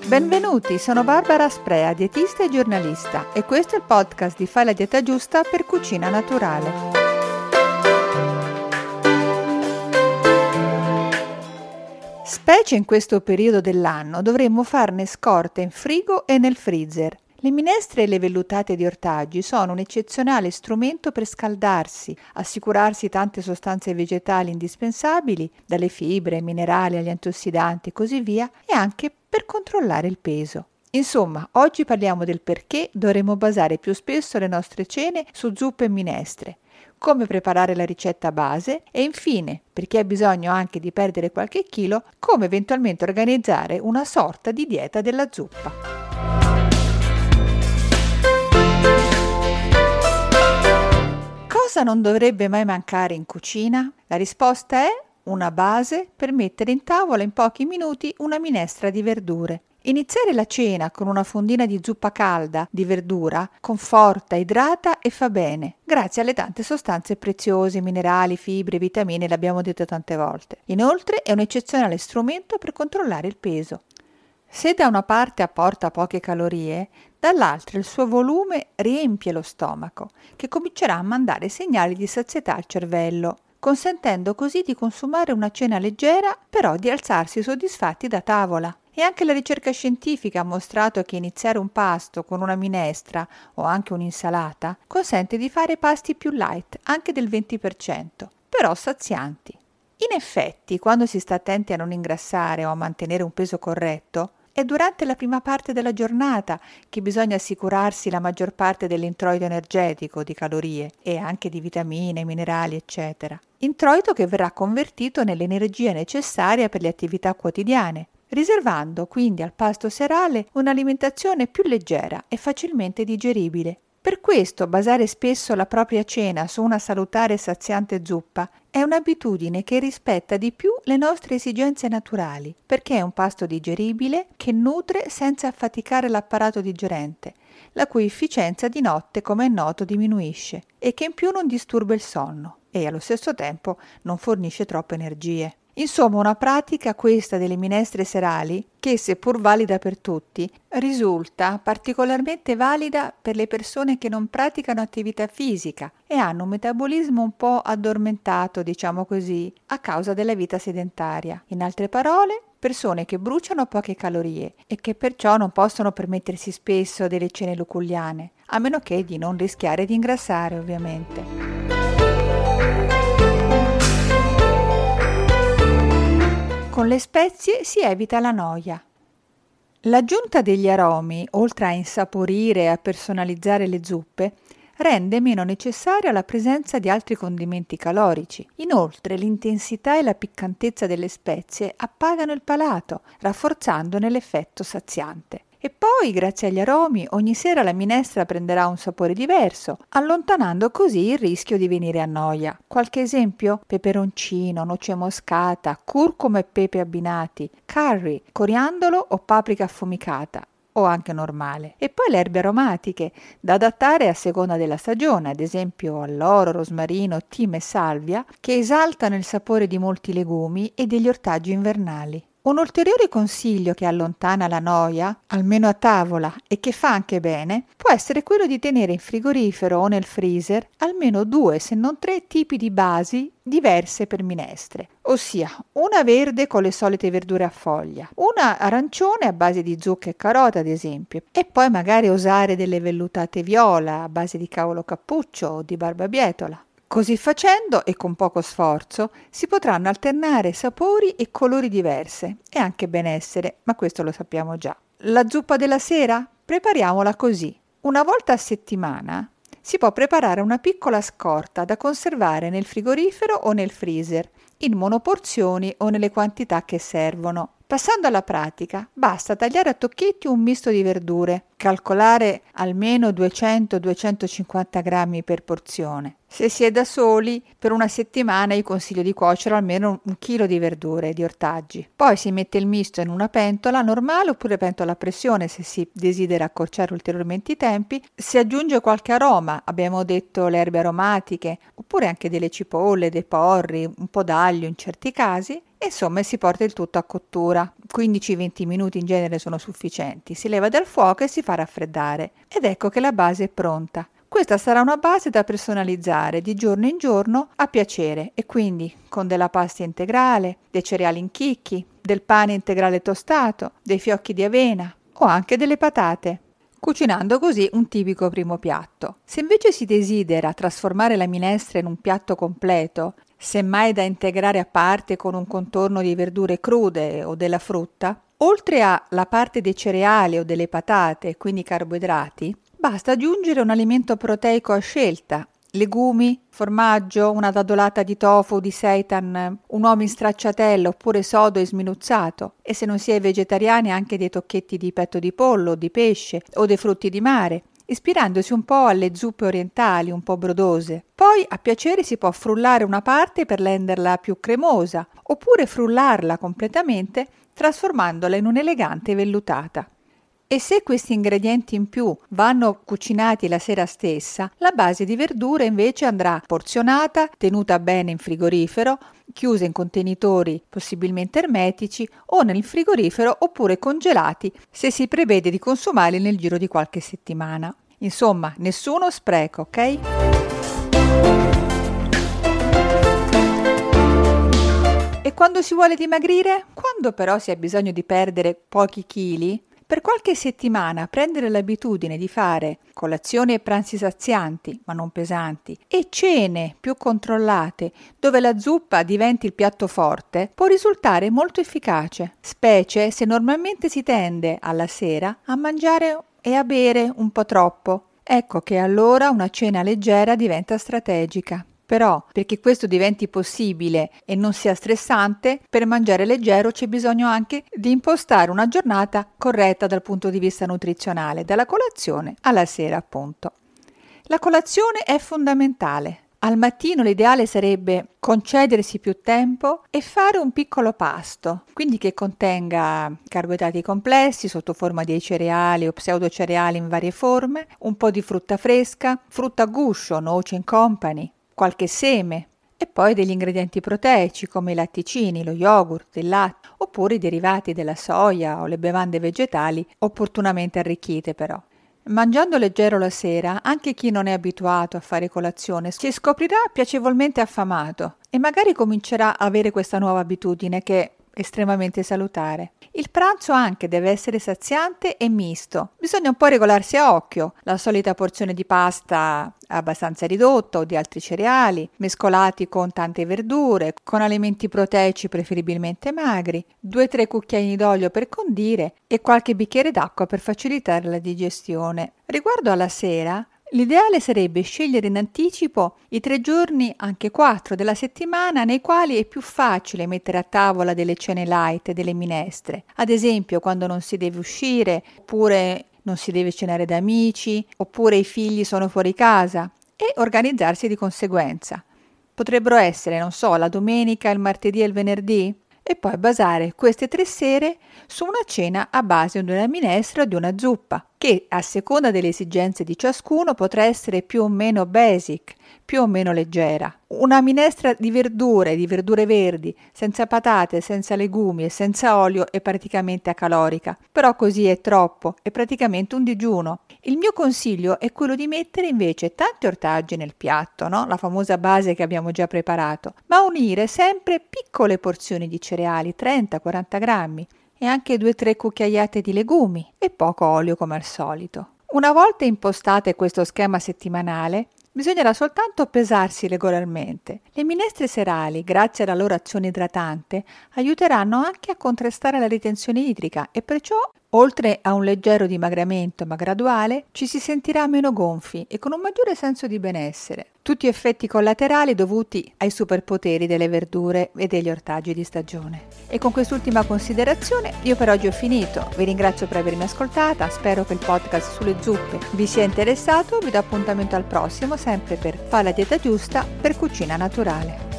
Benvenuti, sono Barbara Sprea, dietista e giornalista, e questo è il podcast di Fai la dieta giusta per cucina naturale. Specie in questo periodo dell'anno dovremmo farne scorta in frigo e nel freezer. Le minestre e le vellutate di ortaggi sono un eccezionale strumento per scaldarsi, assicurarsi tante sostanze vegetali indispensabili, dalle fibre ai minerali agli antiossidanti e così via, e anche per controllare il peso. Insomma, oggi parliamo del perché dovremmo basare più spesso le nostre cene su zuppe e minestre, come preparare la ricetta base e infine, per chi ha bisogno anche di perdere qualche chilo, come eventualmente organizzare una sorta di dieta della zuppa. Cosa non dovrebbe mai mancare in cucina? La risposta è una base per mettere in tavola in pochi minuti una minestra di verdure. Iniziare la cena con una fondina di zuppa calda di verdura conforta, idrata e fa bene, grazie alle tante sostanze preziose, minerali, fibre, vitamine, l'abbiamo detto tante volte. Inoltre è un eccezionale strumento per controllare il peso. Se da una parte apporta poche calorie, dall'altra il suo volume riempie lo stomaco, che comincerà a mandare segnali di sazietà al cervello, consentendo così di consumare una cena leggera, però di alzarsi soddisfatti da tavola. E anche la ricerca scientifica ha mostrato che iniziare un pasto con una minestra o anche un'insalata consente di fare pasti più light, anche del 20%, però sazianti. In effetti, quando si sta attenti a non ingrassare o a mantenere un peso corretto, è durante la prima parte della giornata che bisogna assicurarsi la maggior parte dell'introito energetico di calorie e anche di vitamine, minerali, eccetera. Introito che verrà convertito nell'energia necessaria per le attività quotidiane, riservando quindi al pasto serale un'alimentazione più leggera e facilmente digeribile. Per questo basare spesso la propria cena su una salutare e saziante zuppa è un'abitudine che rispetta di più le nostre esigenze naturali, perché è un pasto digeribile che nutre senza affaticare l'apparato digerente, la cui efficienza di notte, come è noto, diminuisce e che in più non disturba il sonno e allo stesso tempo non fornisce troppe energie. Insomma, una pratica, questa delle minestre serali, che seppur valida per tutti, risulta particolarmente valida per le persone che non praticano attività fisica e hanno un metabolismo un po' addormentato, diciamo così, a causa della vita sedentaria. In altre parole, persone che bruciano poche calorie e che perciò non possono permettersi spesso delle cene loculiane, a meno che di non rischiare di ingrassare, ovviamente. Con le spezie si evita la noia. L'aggiunta degli aromi, oltre a insaporire e a personalizzare le zuppe, rende meno necessaria la presenza di altri condimenti calorici. Inoltre, l'intensità e la piccantezza delle spezie appagano il palato, rafforzandone l'effetto saziante. E poi, grazie agli aromi, ogni sera la minestra prenderà un sapore diverso, allontanando così il rischio di venire a noia. Qualche esempio? Peperoncino, noce moscata, curcuma e pepe abbinati, curry, coriandolo o paprika affumicata, o anche normale. E poi le erbe aromatiche, da adattare a seconda della stagione, ad esempio alloro, rosmarino, thyme e salvia, che esaltano il sapore di molti legumi e degli ortaggi invernali. Un ulteriore consiglio che allontana la noia, almeno a tavola, e che fa anche bene, può essere quello di tenere in frigorifero o nel freezer almeno 2 se non 3 tipi di basi diverse per minestre, ossia una verde con le solite verdure a foglia, una arancione a base di zucca e carota ad esempio, e poi magari osare delle vellutate viola a base di cavolo cappuccio o di barbabietola. Così facendo, e con poco sforzo, si potranno alternare sapori e colori diverse e anche benessere, ma questo lo sappiamo già. La zuppa della sera? Prepariamola così. Una volta a settimana si può preparare una piccola scorta da conservare nel frigorifero o nel freezer, in monoporzioni o nelle quantità che servono. Passando alla pratica, basta tagliare a tocchetti un misto di verdure, calcolare almeno 200-250 grammi per porzione. Se si è da soli, per una settimana io consiglio di cuocere almeno 1 chilo di verdure, di ortaggi. Poi si mette il misto in una pentola normale oppure pentola a pressione se si desidera accorciare ulteriormente i tempi. Si aggiunge qualche aroma, abbiamo detto le erbe aromatiche, oppure anche delle cipolle, dei porri, un po' d'aglio in certi casi, Insomma, si porta il tutto a cottura. 15-20 minuti in genere sono sufficienti. Si leva dal fuoco e si fa raffreddare. Ed ecco che la base è pronta. Questa sarà una base da personalizzare di giorno in giorno a piacere, e quindi con della pasta integrale, dei cereali in chicchi, del pane integrale tostato, dei fiocchi di avena o anche delle patate, cucinando così un tipico primo piatto. Se invece si desidera trasformare la minestra in un piatto completo, semmai da integrare a parte con un contorno di verdure crude o della frutta, oltre alla parte dei cereali o delle patate, quindi carboidrati, basta aggiungere un alimento proteico a scelta: legumi, formaggio, una dadolata di tofu, di seitan, un uovo in stracciatella oppure sodo e sminuzzato, e se non si è vegetariani anche dei tocchetti di petto di pollo, di pesce o dei frutti di mare, ispirandosi un po' alle zuppe orientali un po' brodose. Poi a piacere si può frullare una parte per renderla più cremosa, oppure frullarla completamente trasformandola in un'elegante vellutata. E se questi ingredienti in più vanno cucinati la sera stessa, la base di verdure invece andrà porzionata, tenuta bene in frigorifero, chiusa in contenitori possibilmente ermetici o nel frigorifero, oppure congelati se si prevede di consumarli nel giro di qualche settimana. Insomma, nessuno spreco, ok? E quando si vuole dimagrire? Quando però si ha bisogno di perdere pochi chili, per qualche settimana prendere l'abitudine di fare colazioni e pranzi sazianti, ma non pesanti, e cene più controllate, dove la zuppa diventi il piatto forte, può risultare molto efficace, specie se normalmente si tende alla sera a mangiare e a bere un po' troppo. Ecco che allora una cena leggera diventa strategica. Però, perché questo diventi possibile e non sia stressante, per mangiare leggero c'è bisogno anche di impostare una giornata corretta dal punto di vista nutrizionale, dalla colazione alla sera, appunto. La colazione è fondamentale. Al mattino l'ideale sarebbe concedersi più tempo e fare un piccolo pasto, quindi che contenga carboidrati complessi sotto forma di cereali o pseudocereali in varie forme, un po' di frutta fresca, frutta a guscio, noci and company, qualche seme e poi degli ingredienti proteici come i latticini, lo yogurt, il latte, oppure i derivati della soia o le bevande vegetali opportunamente arricchite però. Mangiando leggero la sera, anche chi non è abituato a fare colazione si scoprirà piacevolmente affamato e magari comincerà a avere questa nuova abitudine che è estremamente salutare. Il pranzo anche deve essere saziante e misto. Bisogna un po' regolarsi a occhio. La solita porzione di pasta abbastanza ridotta o di altri cereali, mescolati con tante verdure, con alimenti proteici preferibilmente magri, 2-3 cucchiaini d'olio per condire e qualche bicchiere d'acqua per facilitare la digestione. Riguardo alla sera, l'ideale sarebbe scegliere in anticipo i 3 giorni, anche 4 della settimana, nei quali è più facile mettere a tavola delle cene light, delle minestre. Ad esempio, quando non si deve uscire, oppure non si deve cenare da amici, oppure i figli sono fuori casa, e organizzarsi di conseguenza. Potrebbero essere, non so, la domenica, il martedì e il venerdì? E poi basare queste 3 sere su una cena a base di una minestra o di una zuppa, che a seconda delle esigenze di ciascuno potrà essere più o meno basic, più o meno leggera. Una minestra di verdure verdi, senza patate, senza legumi e senza olio è praticamente acalorica, però così è troppo, è praticamente un digiuno. Il mio consiglio è quello di mettere invece tanti ortaggi nel piatto, no? La famosa base che abbiamo già preparato, ma unire sempre piccole porzioni di cereali, 30-40 grammi, e anche 2-3 cucchiaiate di legumi e poco olio come al solito. Una volta impostate questo schema settimanale, bisognerà soltanto pesarsi regolarmente. Le minestre serali, grazie alla loro azione idratante, aiuteranno anche a contrastare la ritenzione idrica e perciò, oltre a un leggero dimagramento ma graduale, ci si sentirà meno gonfi e con un maggiore senso di benessere. Tutti effetti collaterali dovuti ai superpoteri delle verdure e degli ortaggi di stagione. E con quest'ultima considerazione io per oggi ho finito. Vi ringrazio per avermi ascoltata, spero che il podcast sulle zuppe vi sia interessato. Vi do appuntamento al prossimo, sempre per fare la dieta giusta per cucina naturale.